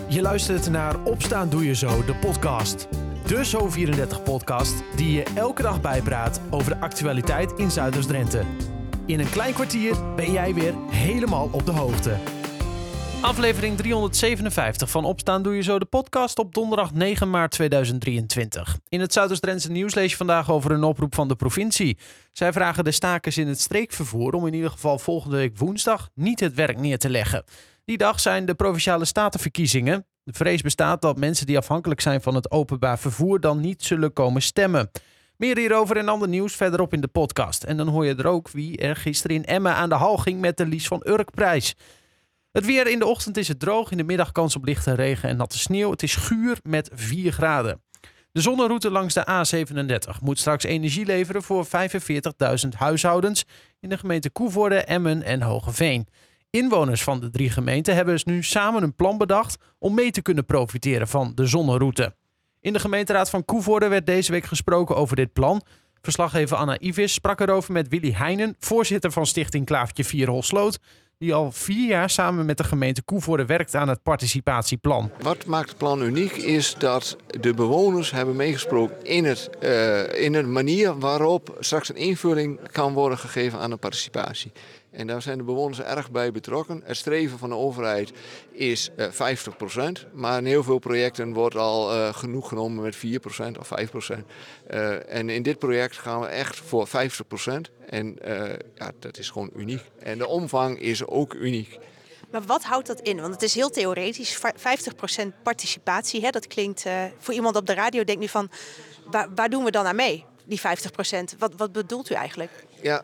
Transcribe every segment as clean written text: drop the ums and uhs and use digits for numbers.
Je luistert naar Opstaan Doe Je Zo, de podcast. De Zo34-podcast die je elke dag bijpraat over de actualiteit in Zuiders-Drenthe. In een klein kwartier ben jij weer helemaal op de hoogte. Aflevering 357 van Opstaan Doe Je Zo, de podcast op donderdag 9 maart 2023. In het Zuiders-Drentse nieuws lees je vandaag over een oproep van de provincie. Zij vragen de stakers in het streekvervoer om in ieder geval volgende week woensdag niet het werk neer te leggen. Die dag zijn de Provinciale Statenverkiezingen. De vrees bestaat dat mensen die afhankelijk zijn van het openbaar vervoer dan niet zullen komen stemmen. Meer hierover en ander nieuws verderop in de podcast. En dan hoor je er ook wie er gisteren in Emmen aan de hal ging met de Lies van Urk-prijs. Het weer: in de ochtend is het droog, in de middag kans op lichte regen en natte sneeuw. Het is guur met 4 graden. De zonneroute langs de A37 moet straks energie leveren voor 45.000 huishoudens in de gemeenten Koevoorde, Emmen en Hogeveen. Inwoners van de 3 gemeenten hebben dus nu samen een plan bedacht om mee te kunnen profiteren van de zonneroute. In de gemeenteraad van Koevoorde werd deze week gesproken over dit plan. Verslaggever Anna Ivis sprak erover met Willy Heijnen, voorzitter van Stichting Klavertje Vierholsloot, die al 4 jaar samen met de gemeente Koevoorde werkt aan het participatieplan. Wat maakt het plan uniek is dat de bewoners hebben meegesproken in een manier waarop straks een invulling kan worden gegeven aan de participatie. En daar zijn de bewoners erg bij betrokken. Het streven van de overheid is 50%. Maar in heel veel projecten wordt al genoeg genomen met 4% of 5%. En in dit project gaan we echt voor 50%. En dat is gewoon uniek. En de omvang is ook uniek. Maar wat houdt dat in? Want het is heel theoretisch. 50% participatie, hè? Dat klinkt voor iemand op de radio, denkt nu van, waar doen we dan aan mee? Die 50%. Wat bedoelt u eigenlijk? Ja,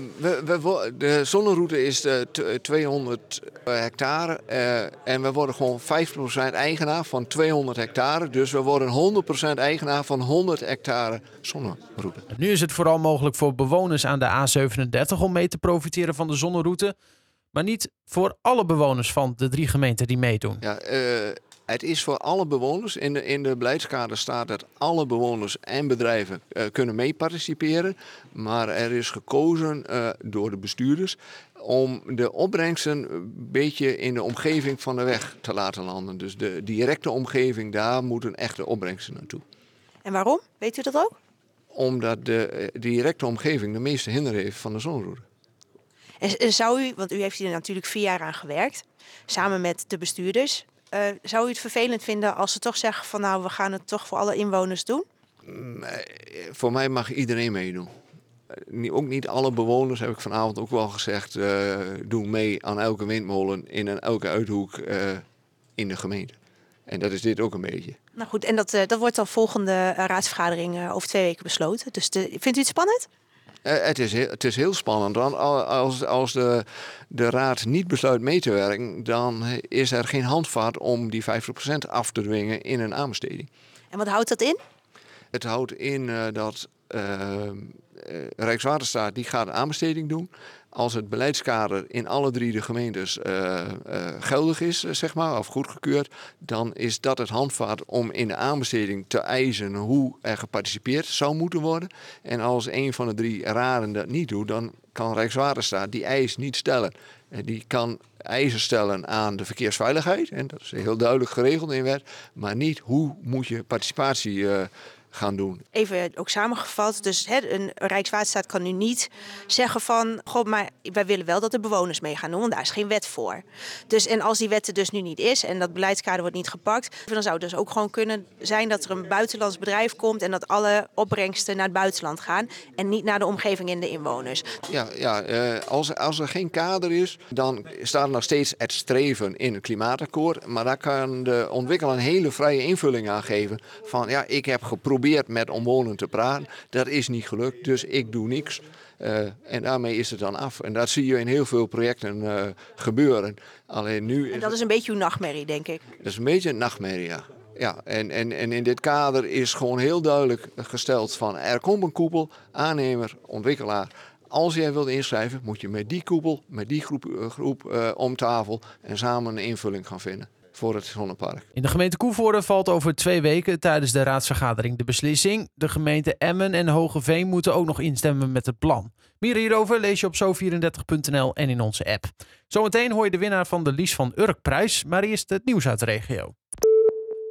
de zonneroute is 200 hectare en we worden gewoon 50% eigenaar van 200 hectare. Dus we worden 100% eigenaar van 100 hectare zonneroute. Nu is het vooral mogelijk voor bewoners aan de A37 om mee te profiteren van de zonneroute, maar niet voor alle bewoners van de 3 gemeenten die meedoen. Ja, het is voor alle bewoners. In de beleidskader staat dat alle bewoners en bedrijven kunnen mee participeren. Maar er is gekozen door de bestuurders om de opbrengsten een beetje in de omgeving van de weg te laten landen. Dus de directe omgeving, daar moeten echte opbrengsten naartoe. En waarom? Weet u dat ook? Omdat de directe omgeving de meeste hinder heeft van de zonneroute. En zou u, want u heeft hier natuurlijk 4 jaar aan gewerkt, samen met de bestuurders. Zou u het vervelend vinden als ze toch zeggen van nou, we gaan het toch voor alle inwoners doen? Voor mij mag iedereen meedoen. Ook niet alle bewoners, heb ik vanavond ook wel gezegd, doen mee aan elke windmolen in elke uithoek in de gemeente. En dat is dit ook een beetje. Nou goed, en dat wordt dan volgende raadsvergadering over 2 weken besloten. Dus vindt u het spannend? Het is heel spannend, want als de raad niet besluit mee te werken, dan is er geen handvat om die 50% af te dwingen in een aanbesteding. En wat houdt dat in? Het houdt in dat Rijkswaterstaat die gaat een aanbesteding doen. Als het beleidskader in alle 3 de gemeentes geldig is, zeg maar, of goedgekeurd, dan is dat het handvat om in de aanbesteding te eisen hoe er geparticipeerd zou moeten worden. En als een van de 3 raden dat niet doet, dan kan Rijkswaterstaat die eis niet stellen. Die kan eisen stellen aan de verkeersveiligheid, en dat is heel duidelijk geregeld in wet, maar niet hoe moet je participatie gaan doen. Even ook samengevat, dus een Rijkswaterstaat kan nu niet zeggen van, goh, maar wij willen wel dat de bewoners mee gaan doen, want daar is geen wet voor. Dus en als die wet er dus nu niet is en dat beleidskader wordt niet gepakt, dan zou het dus ook gewoon kunnen zijn dat er een buitenlands bedrijf komt en dat alle opbrengsten naar het buitenland gaan en niet naar de omgeving en de inwoners. Als er geen kader is, dan staat er nog steeds het streven in het klimaatakkoord, maar daar kan de ontwikkelaar een hele vrije invulling aan geven van ik heb geprobeerd met omwonenden te praten. Dat is niet gelukt, dus ik doe niks. En daarmee is het dan af. En dat zie je in heel veel projecten gebeuren. Alleen nu en dat is een beetje uw nachtmerrie, denk ik. Dat is een beetje een nachtmerrie, ja. Ja, en in dit kader is gewoon heel duidelijk gesteld van er komt een koepel, aannemer, ontwikkelaar. Als jij wilt inschrijven, moet je met die koepel, met die groep om tafel en samen een invulling gaan vinden voor het zonnepark. In de gemeente Koevoorde valt over 2 weken tijdens de raadsvergadering de beslissing. De gemeenten Emmen en Hogeveen moeten ook nog instemmen met het plan. Meer hierover lees je op zo34.nl en in onze app. Zometeen hoor je de winnaar van de Lies van Urk-prijs, maar eerst het nieuws uit de regio.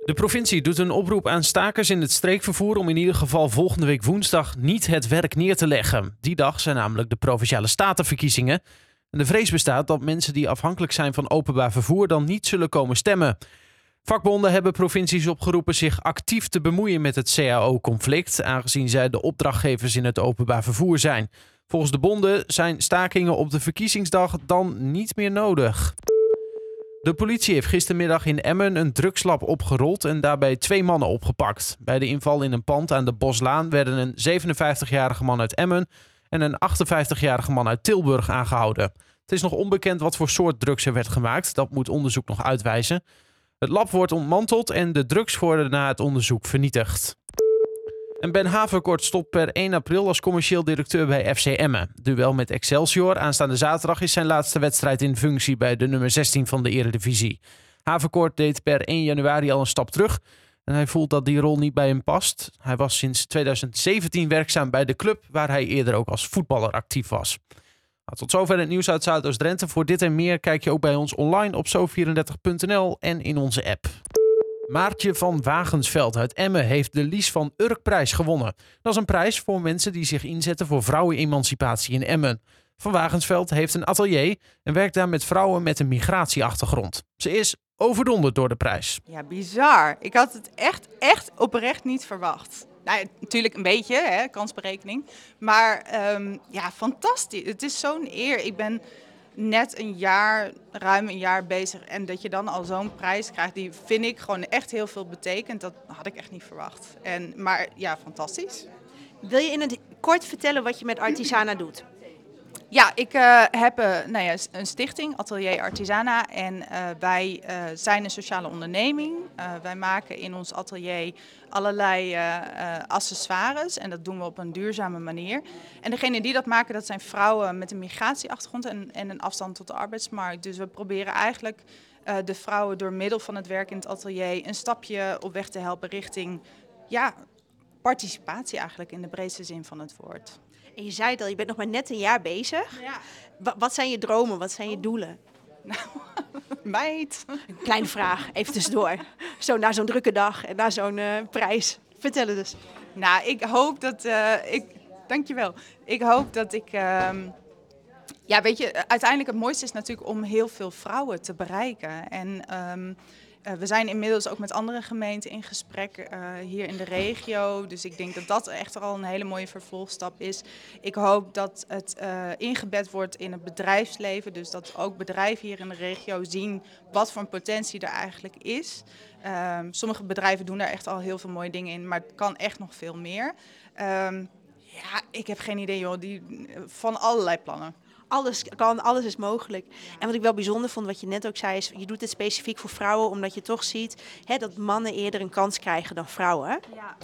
De provincie doet een oproep aan stakers in het streekvervoer om in ieder geval volgende week woensdag niet het werk neer te leggen. Die dag zijn namelijk de Provinciale Statenverkiezingen. En de vrees bestaat dat mensen die afhankelijk zijn van openbaar vervoer dan niet zullen komen stemmen. Vakbonden hebben provincies opgeroepen zich actief te bemoeien met het CAO-conflict, aangezien zij de opdrachtgevers in het openbaar vervoer zijn. Volgens de bonden zijn stakingen op de verkiezingsdag dan niet meer nodig. De politie heeft gistermiddag in Emmen een drugslab opgerold en daarbij 2 mannen opgepakt. Bij de inval in een pand aan de Boslaan werden een 57-jarige man uit Emmen en een 58-jarige man uit Tilburg aangehouden. Het is nog onbekend wat voor soort drugs er werd gemaakt. Dat moet onderzoek nog uitwijzen. Het lab wordt ontmanteld en de drugs worden na het onderzoek vernietigd. En Ben Haverkort stopt per 1 april als commercieel directeur bij FC Emmen. Duel met Excelsior aanstaande zaterdag is zijn laatste wedstrijd in functie bij de nummer 16 van de Eredivisie. Haverkort deed per 1 januari al een stap terug en hij voelt dat die rol niet bij hem past. Hij was sinds 2017 werkzaam bij de club waar hij eerder ook als voetballer actief was. Tot zover het nieuws uit Zuidoost-Drenthe. Voor dit en meer kijk je ook bij ons online op zo34.nl en in onze app. Maartje van Wagensveld uit Emmen heeft de Lies van Urkprijs gewonnen. Dat is een prijs voor mensen die zich inzetten voor vrouwenemancipatie in Emmen. Van Wagensveld heeft een atelier en werkt daar met vrouwen met een migratieachtergrond. Ze is overdonderd door de prijs. Ja, bizar. Ik had het echt oprecht niet verwacht. Nou, natuurlijk een beetje, hè, kansberekening. Maar ja, fantastisch. Het is zo'n eer. Ik ben net ruim een jaar bezig. En dat je dan al zo'n prijs krijgt, die vind ik gewoon echt heel veel betekent. Dat had ik echt niet verwacht. Maar ja, fantastisch. Wil je in het kort vertellen wat je met Artisana doet? Ja, ik heb een stichting, Atelier Artisana. En wij zijn een sociale onderneming. Wij maken in ons atelier allerlei accessoires. En dat doen we op een duurzame manier. En degenen die dat maken, dat zijn vrouwen met een migratieachtergrond en een afstand tot de arbeidsmarkt. Dus we proberen eigenlijk de vrouwen door middel van het werk in het atelier een stapje op weg te helpen richting participatie eigenlijk in de breedste zin van het woord. En je zei het al, je bent nog maar net een jaar bezig. Ja. Wat zijn je dromen? Wat zijn je doelen? Nou, meid. Een kleine vraag, even tussendoor. Zo na zo'n drukke dag en na zo'n prijs. Vertel het dus. Nou, ik hoop dat dankjewel. Ik hoop dat ik ja, weet je, uiteindelijk het mooiste is natuurlijk om heel veel vrouwen te bereiken. En we zijn inmiddels ook met andere gemeenten in gesprek hier in de regio. Dus ik denk dat dat echt al een hele mooie vervolgstap is. Ik hoop dat het ingebed wordt in het bedrijfsleven. Dus dat ook bedrijven hier in de regio zien wat voor een potentie er eigenlijk is. Sommige bedrijven doen daar echt al heel veel mooie dingen in, maar het kan echt nog veel meer. Ja, ik heb geen idee, joh. Van allerlei plannen. Alles kan, alles is mogelijk. En wat ik wel bijzonder vond, wat je net ook zei, is je doet het specifiek voor vrouwen, omdat je toch ziet dat mannen eerder een kans krijgen dan vrouwen. Ja.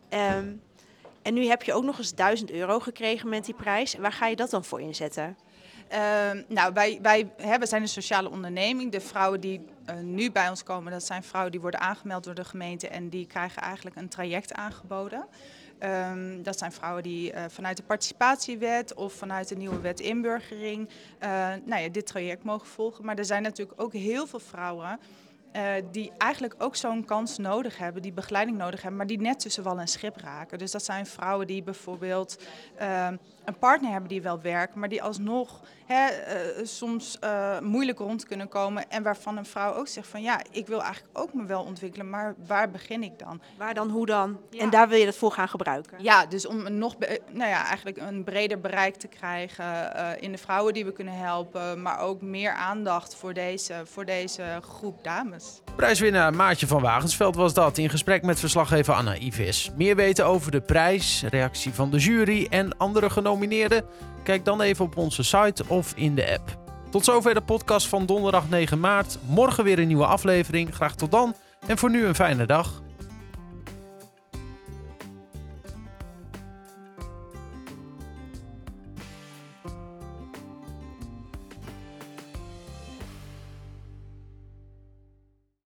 En nu heb je ook nog eens €1000 gekregen met die prijs. Waar ga je dat dan voor inzetten? Nou, wij zijn een sociale onderneming. De vrouwen die nu bij ons komen, dat zijn vrouwen die worden aangemeld door de gemeente en die krijgen eigenlijk een traject aangeboden. Dat zijn vrouwen die vanuit de participatiewet of vanuit de nieuwe wet inburgering dit traject mogen volgen. Maar er zijn natuurlijk ook heel veel vrouwen die eigenlijk ook zo'n kans nodig hebben, die begeleiding nodig hebben, maar die net tussen wal en schip raken. Dus dat zijn vrouwen die bijvoorbeeld een partner hebben die wel werkt, maar die alsnog soms moeilijk rond kunnen komen. En waarvan een vrouw ook zegt van ja, ik wil eigenlijk ook me wel ontwikkelen, maar waar begin ik dan? Waar dan, hoe dan? Ja. En daar wil je dat voor gaan gebruiken? Ja, dus om eigenlijk een breder bereik te krijgen in de vrouwen die we kunnen helpen, maar ook meer aandacht voor deze groep dames. Prijswinnaar Maartje van Wagensveld was dat, in gesprek met verslaggever Anna Ivis. Meer weten over de prijs, reactie van de jury en andere genomineerden? Kijk dan even op onze site of in de app. Tot zover de podcast van donderdag 9 maart. Morgen weer een nieuwe aflevering. Graag tot dan en voor nu een fijne dag.